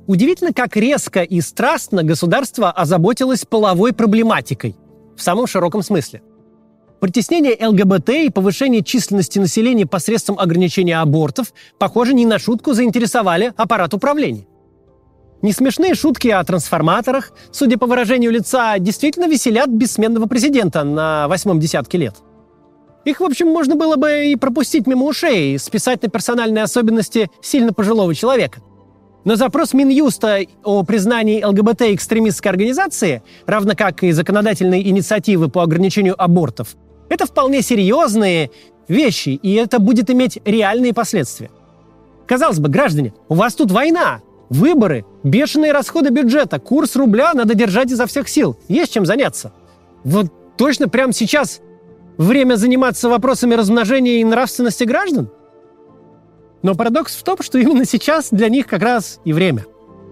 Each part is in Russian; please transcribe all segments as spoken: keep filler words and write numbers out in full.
Удивительно, как резко и страстно государство озаботилось половой проблематикой в самом широком смысле. Притеснение ЛГБТ и повышение численности населения посредством ограничения абортов, похоже, не на шутку заинтересовали аппарат управления. Несмешные шутки о трансформаторах, судя по выражению лица, действительно веселят бессменного президента на восьмом десятке лет. Их, в общем, можно было бы и пропустить мимо ушей, и списать на персональные особенности сильно пожилого человека. Но запрос Минюста о признании ЛГБТ экстремистской организации, равно как и законодательные инициативы по ограничению абортов, это вполне серьезные вещи, и это будет иметь реальные последствия. Казалось бы, граждане, у вас тут война, выборы, бешеные расходы бюджета, курс рубля надо держать изо всех сил. Есть чем заняться. Вот точно прямо сейчас время заниматься вопросами размножения и нравственности граждан? Но парадокс в том, что именно сейчас для них как раз и время.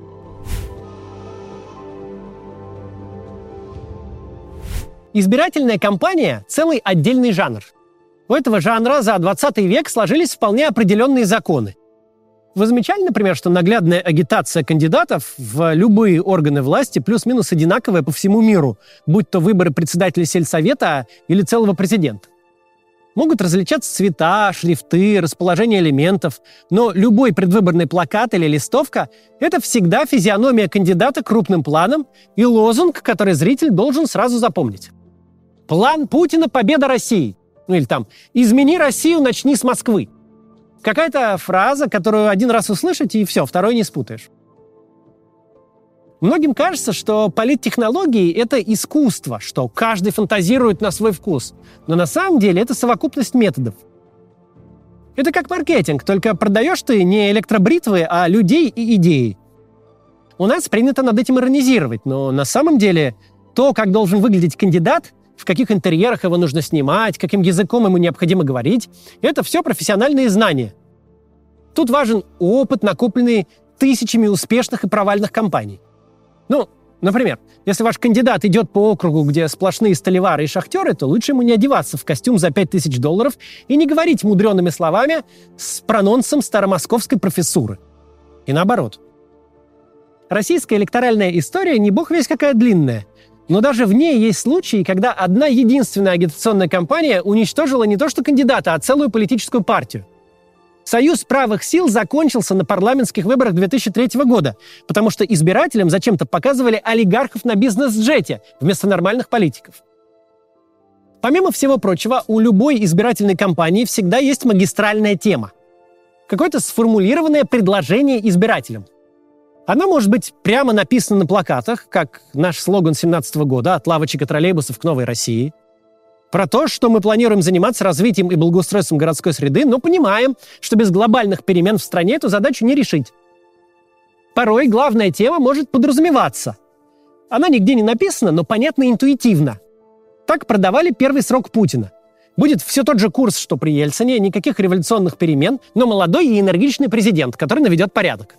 Избирательная кампания – целый отдельный жанр. У этого жанра за двадцатый век сложились вполне определенные законы. Вы замечали, например, что наглядная агитация кандидатов в любые органы власти плюс-минус одинаковая по всему миру, будь то выборы председателя сельсовета или целого президента? Могут различаться цвета, шрифты, расположение элементов, но любой предвыборный плакат или листовка – это всегда физиономия кандидата крупным планом и лозунг, который зритель должен сразу запомнить. План Путина – победа России. Ну или там «Измени Россию, начни с Москвы». Какая-то фраза, которую один раз услышать, и все, второй не спутаешь. Многим кажется, что политтехнологии – это искусство, что каждый фантазирует на свой вкус. Но на самом деле это совокупность методов. Это как маркетинг, только продаешь ты не электробритвы, а людей и идеи. У нас принято над этим иронизировать, но на самом деле то, как должен выглядеть кандидат, в каких интерьерах его нужно снимать, каким языком ему необходимо говорить – это все профессиональные знания. Тут важен опыт, накопленный тысячами успешных и провальных кампаний. Ну, например, если ваш кандидат идет по округу, где сплошные столевары и шахтеры, то лучше ему не одеваться в костюм за пять тысяч долларов и не говорить мудреными словами с прононсом старомосковской профессуры. И наоборот. Российская электоральная история не бог весть какая длинная. Но даже в ней есть случаи, когда одна единственная агитационная кампания уничтожила не то что кандидата, а целую политическую партию. Союз правых сил закончился на парламентских выборах две тысячи третьего года, потому что избирателям зачем-то показывали олигархов на бизнес-джете вместо нормальных политиков. Помимо всего прочего, у любой избирательной кампании всегда есть магистральная тема. Какое-то сформулированное предложение избирателям. Оно может быть прямо написано на плакатах, как наш слоган семнадцатого года «От лавочек и троллейбусов к новой России». Про то, что мы планируем заниматься развитием и благоустройством городской среды, но понимаем, что без глобальных перемен в стране эту задачу не решить. Порой главная тема может подразумеваться. Она нигде не написана, но понятна интуитивно. Так продавали первый срок Путина. Будет все тот же курс, что при Ельцине, никаких революционных перемен, но молодой и энергичный президент, который наведет порядок.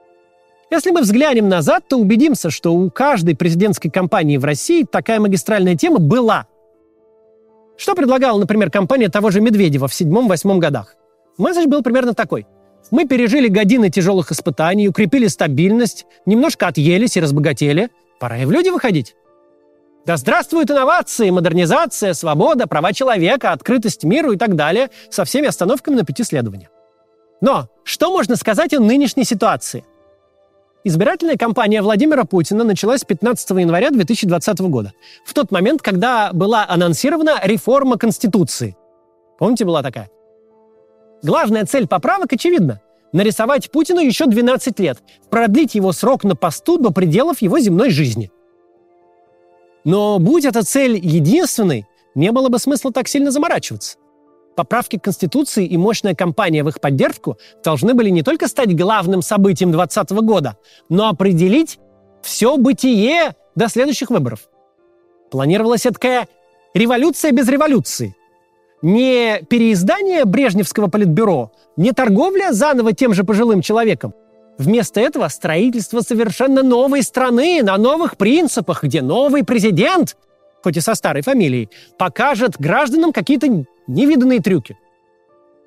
Если мы взглянем назад, то убедимся, что у каждой президентской кампании в России такая магистральная тема была. Что предлагала, например, кампания того же Медведева в седьмом-восьмом годах? Месседж был примерно такой. Мы пережили годины тяжелых испытаний, укрепили стабильность, немножко отъелись и разбогатели. Пора и в люди выходить. Да здравствуют инновации, модернизация, свобода, права человека, открытость миру и так далее, со всеми остановками на пути следования. Но что можно сказать о нынешней ситуации? Избирательная кампания Владимира Путина началась пятнадцатого января две тысячи двадцатого года, в тот момент, когда была анонсирована реформа Конституции. Помните, была такая? Главная цель поправок очевидна – нарисовать Путину еще двенадцать лет, продлить его срок на посту до пределов его земной жизни. Но будь эта цель единственной, не было бы смысла так сильно заморачиваться. Поправки к Конституции и мощная кампания в их поддержку должны были не только стать главным событием двадцатого года, но определить все бытие до следующих выборов. Планировалась такая революция без революции. Не переиздание Брежневского политбюро, не торговля заново тем же пожилым человеком. Вместо этого строительство совершенно новой страны на новых принципах, где новый президент, хоть и со старой фамилией, покажет гражданам какие-то невиданные трюки.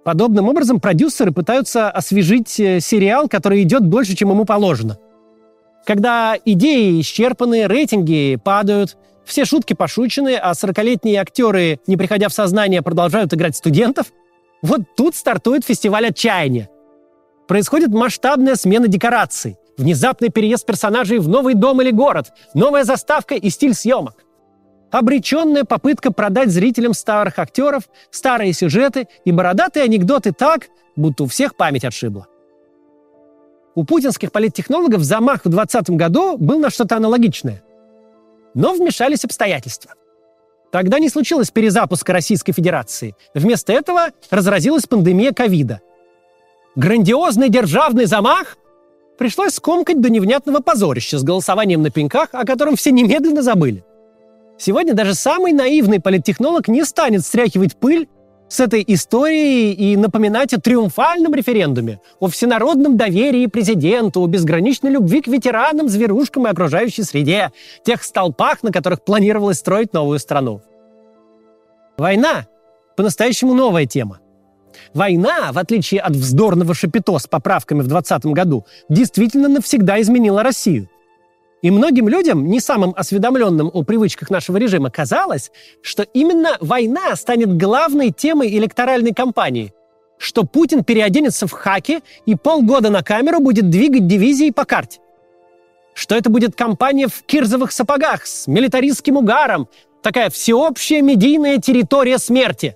Подобным образом продюсеры пытаются освежить э, сериал, который идет дольше, чем ему положено. Когда идеи исчерпаны, рейтинги падают, все шутки пошучены, а сорокалетние актеры, не приходя в сознание, продолжают играть студентов, вот тут стартует фестиваль отчаяния. Происходит масштабная смена декораций, внезапный переезд персонажей в новый дом или город, новая заставка и стиль съемок. Обреченная попытка продать зрителям старых актеров, старые сюжеты и бородатые анекдоты так, будто у всех память отшибла. У путинских политтехнологов замах в двадцатом году был на что-то аналогичное. Но вмешались обстоятельства. Тогда не случилось перезапуска Российской Федерации. Вместо этого разразилась пандемия ковида. Грандиозный державный замах пришлось скомкать до невнятного позорища с голосованием на пеньках, о котором все немедленно забыли. Сегодня даже самый наивный политтехнолог не станет стряхивать пыль с этой истории и напоминать о триумфальном референдуме, о всенародном доверии президенту, о безграничной любви к ветеранам, зверушкам и окружающей среде, тех столпах, на которых планировалось строить новую страну. Война – по-настоящему новая тема. Война, в отличие от вздорного шапито с поправками в двадцатом году, действительно навсегда изменила Россию. И многим людям, не самым осведомленным о привычках нашего режима, казалось, что именно война станет главной темой электоральной кампании, что Путин переоденется в хаки и полгода на камеру будет двигать дивизии по карте. Что это будет кампания в кирзовых сапогах с милитаристским угаром, такая всеобщая медийная территория смерти.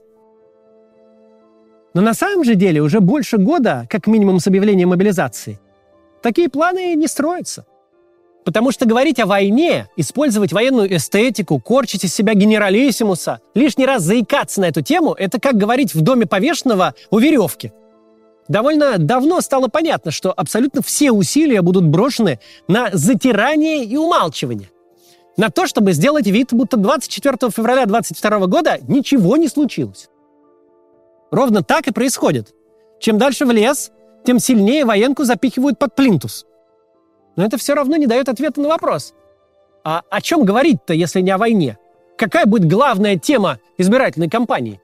Но на самом же деле уже больше года, как минимум с объявлением мобилизации, такие планы не строятся. Потому что говорить о войне, использовать военную эстетику, корчить из себя генералиссимуса, лишний раз заикаться на эту тему – это как говорить в доме повешенного у веревки. Довольно давно стало понятно, что абсолютно все усилия будут брошены на затирание и умалчивание. На то, чтобы сделать вид, будто двадцать четвёртого февраля двадцать второго года ничего не случилось. Ровно так и происходит. Чем дальше в лес, тем сильнее военку запихивают под плинтус. Но это все равно не дает ответа на вопрос. А о чем говорить-то, если не о войне? Какая будет главная тема избирательной кампании?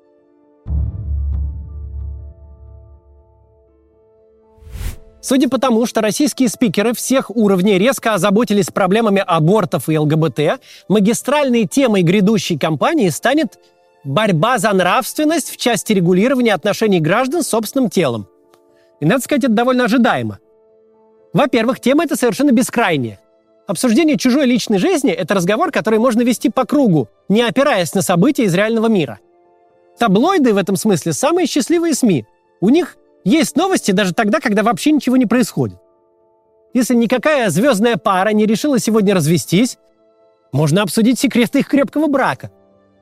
Судя по тому, что российские спикеры всех уровней резко озаботились проблемами абортов и ЛГБТ, магистральной темой грядущей кампании станет борьба за нравственность в части регулирования отношений граждан с собственным телом. И, надо сказать, это довольно ожидаемо. Во-первых, тема эта совершенно бескрайняя. Обсуждение чужой личной жизни – это разговор, который можно вести по кругу, не опираясь на события из реального мира. Таблоиды в этом смысле самые счастливые СМИ. У них есть новости даже тогда, когда вообще ничего не происходит. Если никакая звездная пара не решила сегодня развестись, можно обсудить секреты их крепкого брака.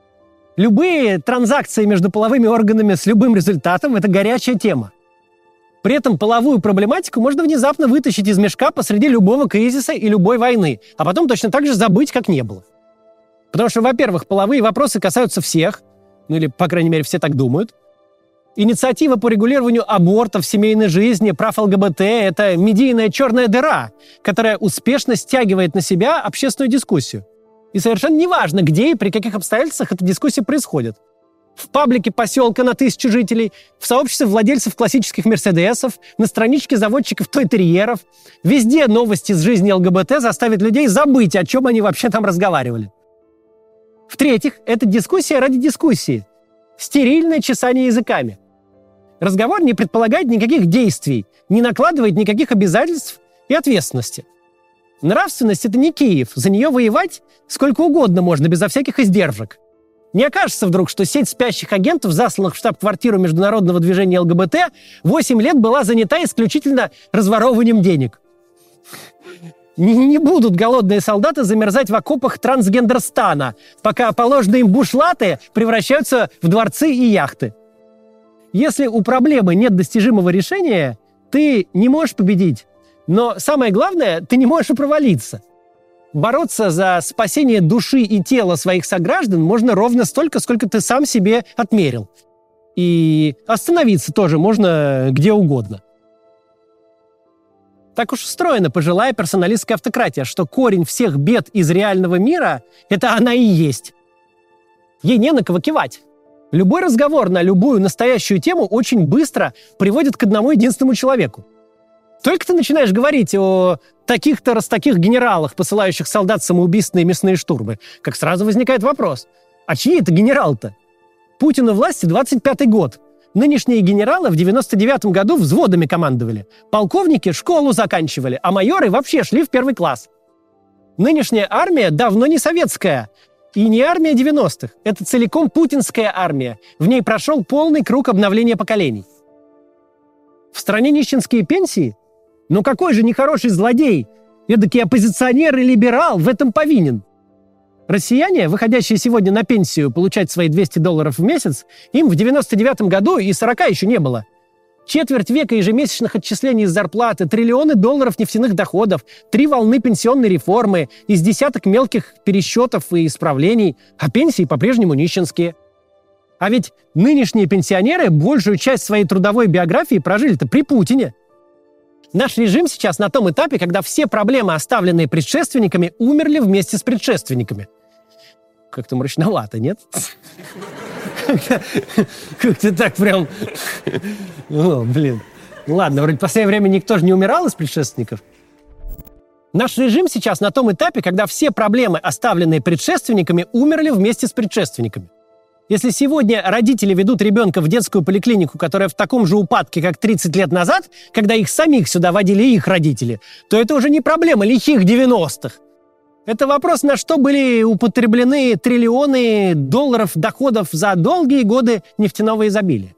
Любые транзакции между половыми органами с любым результатом – это горячая тема. При этом половую проблематику можно внезапно вытащить из мешка посреди любого кризиса и любой войны, а потом точно так же забыть, как не было. Потому что, во-первых, половые вопросы касаются всех, ну или, по крайней мере, все так думают. Инициатива по регулированию абортов, семейной жизни, прав ЛГБТ – это медийная черная дыра, которая успешно стягивает на себя общественную дискуссию. И совершенно неважно, где и при каких обстоятельствах эта дискуссия происходит. В паблике поселка на тысячу жителей, в сообществе владельцев классических мерседесов, на страничке заводчиков той-терьеров. Везде новости из жизни ЛГБТ заставят людей забыть, о чем они вообще там разговаривали. В-третьих, это дискуссия ради дискуссии. Стерильное чесание языками. Разговор не предполагает никаких действий, не накладывает никаких обязательств и ответственности. Нравственность – это не Киев, за нее воевать сколько угодно можно, безо всяких издержек. Не окажется вдруг, что сеть спящих агентов, засланных в штаб-квартиру международного движения ЛГБТ, восемь лет была занята исключительно разворовыванием денег. Не, не будут голодные солдаты замерзать в окопах трансгендерстана, пока положенные им бушлаты превращаются в дворцы и яхты. Если у проблемы нет достижимого решения, ты не можешь победить. Но самое главное, ты не можешь и провалиться. Бороться за спасение души и тела своих сограждан можно ровно столько, сколько ты сам себе отмерил. И остановиться тоже можно где угодно. Так уж устроена пожилая персоналистская автократия, что корень всех бед из реального мира – это она и есть. Ей не на кого кивать. Любой разговор на любую настоящую тему очень быстро приводит к одному единственному человеку. Только ты начинаешь говорить о таких-то раз таких генералах, посылающих солдат в самоубийственные мясные штурмы, как сразу возникает вопрос: а чьи это генерал-то? Путину власти двадцать пятый год. Нынешние генералы в девяносто девятом году взводами командовали. Полковники школу заканчивали, а майоры вообще шли в первый класс. Нынешняя армия давно не советская. И не армия девяностых. Это целиком путинская армия. В ней прошел полный круг обновления поколений. В стране нищенские пенсии? Ну какой же нехороший злодей, эдакий оппозиционер и либерал в этом повинен? Россияне, выходящие сегодня на пенсию получать свои двести долларов в месяц, им в девяносто девятом году и сорока еще не было. Четверть века ежемесячных отчислений из зарплаты, триллионы долларов нефтяных доходов, три волны пенсионной реформы, из десяток мелких пересчетов и исправлений, а пенсии по-прежнему нищенские. А ведь нынешние пенсионеры большую часть своей трудовой биографии прожили-то при Путине. Наш режим сейчас на том этапе, когда все проблемы, оставленные предшественниками, умерли вместе с предшественниками. Как-то мрачновато, нет? Как-то так прям... О, блин. Ладно, вроде в последнее время никто же не умирал из предшественников. Наш режим сейчас на том этапе, когда все проблемы, оставленные предшественниками, умерли вместе с предшественниками. Если сегодня родители ведут ребенка в детскую поликлинику, которая в таком же упадке, как тридцать лет назад, когда их самих сюда водили их родители, то это уже не проблема лихих девяностых. Это вопрос, на что были употреблены триллионы долларов доходов за долгие годы нефтяного изобилия.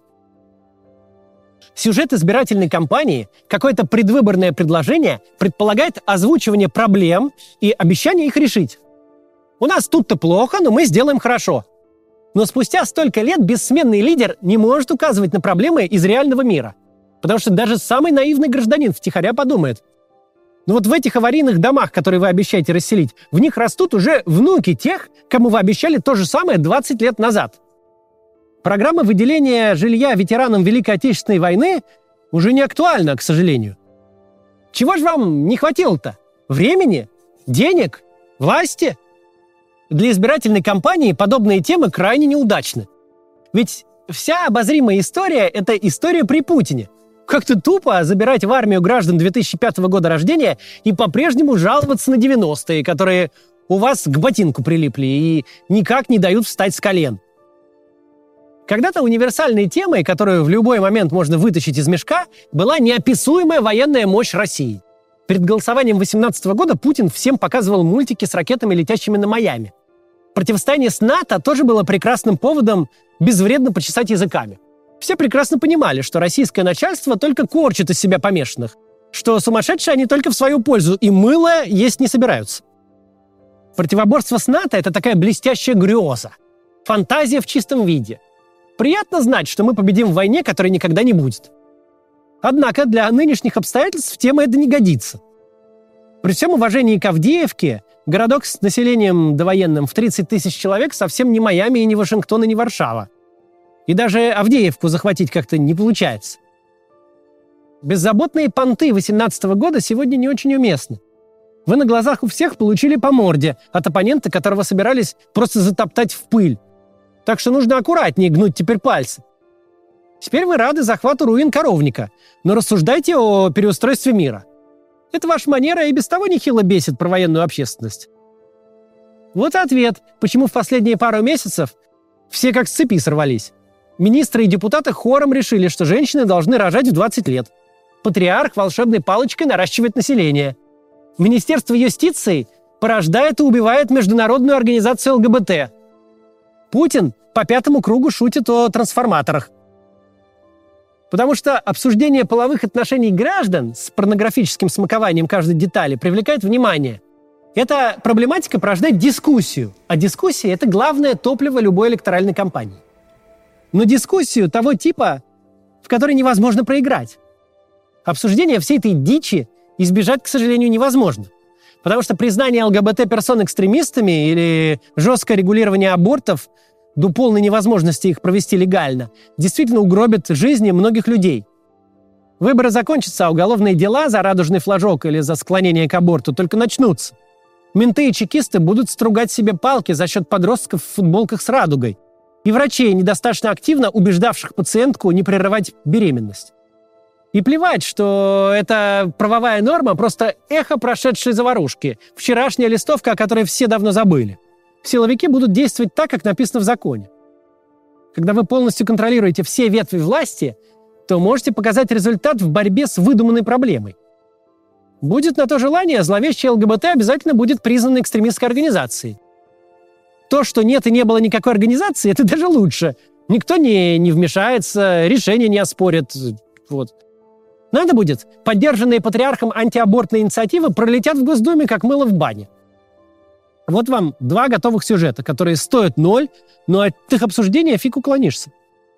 Сюжет избирательной кампании, какое-то предвыборное предложение предполагает озвучивание проблем и обещание их решить. У нас тут-то плохо, но мы сделаем хорошо. Но спустя столько лет бессменный лидер не может указывать на проблемы из реального мира. Потому что даже самый наивный гражданин втихаря подумает: ну вот в этих аварийных домах, которые вы обещаете расселить, в них растут уже внуки тех, кому вы обещали то же самое двадцать лет назад. Программа выделения жилья ветеранам Великой Отечественной войны уже не актуальна, к сожалению. Чего же вам не хватило-то? Времени? Денег? Власти? Для избирательной кампании подобные темы крайне неудачны. Ведь вся обозримая история – это история при Путине. Как-то тупо забирать в армию граждан две тысячи пятого года рождения и по-прежнему жаловаться на девяностые, которые у вас к ботинку прилипли и никак не дают встать с колен. Когда-то универсальной темой, которую в любой момент можно вытащить из мешка, была неописуемая военная мощь России. Перед голосованием две тысячи восемнадцатого года Путин всем показывал мультики с ракетами, летящими на Майами. Противостояние с НАТО тоже было прекрасным поводом безвредно почесать языками. Все прекрасно понимали, что российское начальство только корчит из себя помешанных, что сумасшедшие они только в свою пользу и мыло есть не собираются. Противоборство с НАТО – это такая блестящая греза, фантазия в чистом виде. Приятно знать, что мы победим в войне, которой никогда не будет. Однако для нынешних обстоятельств тема эта не годится. При всем уважении к Авдеевке, городок с населением довоенным в тридцать тысяч человек совсем не Майами и не Вашингтон и не Варшава. И даже Авдеевку захватить как-то не получается. Беззаботные понты две тысячи восемнадцатого года сегодня не очень уместны. Вы на глазах у всех получили по морде от оппонента, которого собирались просто затоптать в пыль. Так что нужно аккуратнее гнуть теперь пальцы. Теперь вы рады захвату руин коровника, но рассуждайте о переустройстве мира. Это ваша манера и без того нехило бесит про военную общественность. Вот и ответ, почему в последние пару месяцев все как с цепи сорвались. Министры и депутаты хором решили, что женщины должны рожать в двадцать лет. Патриарх волшебной палочкой наращивает население. Министерство юстиции порождает и убивает международную организацию ЛГБТ. Путин по пятому кругу шутит о трансформаторах. Потому что обсуждение половых отношений граждан с порнографическим смакованием каждой детали привлекает внимание. Эта проблематика порождает дискуссию, а дискуссия – это главное топливо любой электоральной кампании. Но дискуссию того типа, в которой невозможно проиграть. Обсуждение всей этой дичи избежать, к сожалению, невозможно. Потому что признание ЛГБТ-персон экстремистами или жесткое регулирование абортов до полной невозможности их провести легально действительно угробит жизни многих людей. Выборы закончатся, а уголовные дела за радужный флажок или за склонение к аборту только начнутся. Менты и чекисты будут стругать себе палки за счет подростков в футболках с радугой. и врачей, недостаточно активно убеждавших пациентку не прерывать беременность. И плевать, что эта правовая норма просто эхо прошедшей заварушки, вчерашняя листовка, о которой все давно забыли. Силовики будут действовать так, как написано в законе. Когда вы полностью контролируете все ветви власти, то можете показать результат в борьбе с выдуманной проблемой. Будет на то желание, зловещая ЛГБТ обязательно будет признана экстремистской организацией. То, что нет и не было никакой организации, это даже лучше. Никто не, не вмешается, решение не оспорит. Вот. Надо будет, поддержанные патриархом антиабортные инициативы пролетят в Госдуме, как мыло в бане. Вот вам два готовых сюжета, которые стоят ноль, но от их обсуждения фиг уклонишься.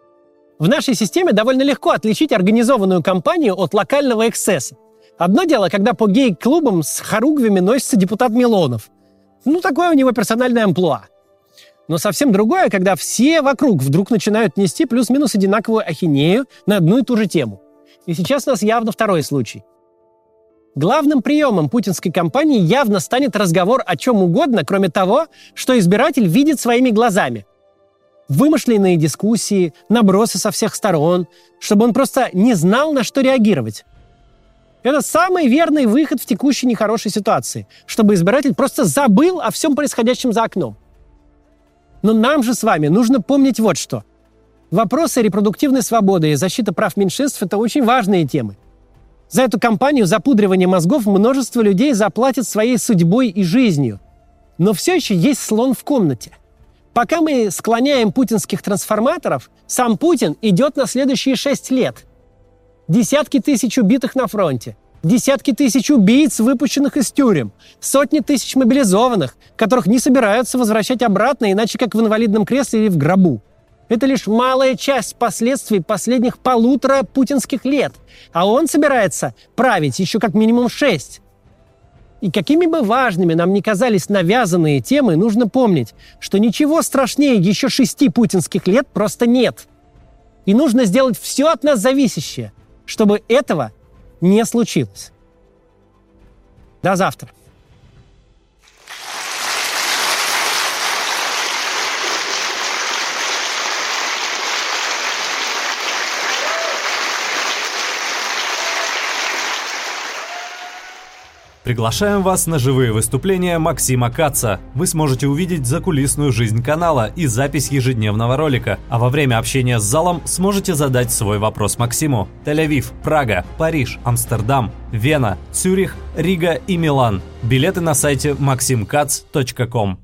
В нашей системе довольно легко отличить организованную кампанию от локального эксцесса. Одно дело, когда по гей-клубам с хоругвями носится депутат Милонов. Ну, такое у него персональное амплуа. Но совсем другое, когда все вокруг вдруг начинают нести плюс-минус одинаковую ахинею на одну и ту же тему. И сейчас у нас явно второй случай. Главным приемом путинской кампании явно станет разговор о чем угодно, кроме того, что избиратель видит своими глазами. Вымышленные дискуссии, набросы со всех сторон, чтобы он просто не знал, на что реагировать. Это самый верный выход в текущей нехорошей ситуации, чтобы избиратель просто забыл о всем происходящем за окном. Но нам же с вами нужно помнить вот что. Вопросы репродуктивной свободы и защита прав меньшинств – это очень важные темы. За эту кампанию запудривания мозгов множество людей заплатят своей судьбой и жизнью. Но все еще есть слон в комнате. Пока мы склоняем путинских трансформаторов, сам Путин идет на следующие шесть лет. Десятки тысяч убитых на фронте, десятки тысяч убийц, выпущенных из тюрем, сотни тысяч мобилизованных, которых не собираются возвращать обратно, иначе как в инвалидном кресле или в гробу. Это лишь малая часть последствий последних полутора путинских лет. А он собирается править еще как минимум шесть. И какими бы важными нам ни казались навязанные темы, нужно помнить, что ничего страшнее еще шести путинских лет просто нет. И нужно сделать все от нас зависящее, чтобы этого не случилось. До завтра. Приглашаем вас на живые выступления Максима Каца. Вы сможете увидеть закулисную жизнь канала и запись ежедневного ролика, а во время общения с залом сможете задать свой вопрос Максиму. Тель-Авив, Прага, Париж, Амстердам, Вена, Цюрих, Рига и Милан. Билеты на сайте максим кац точка ком.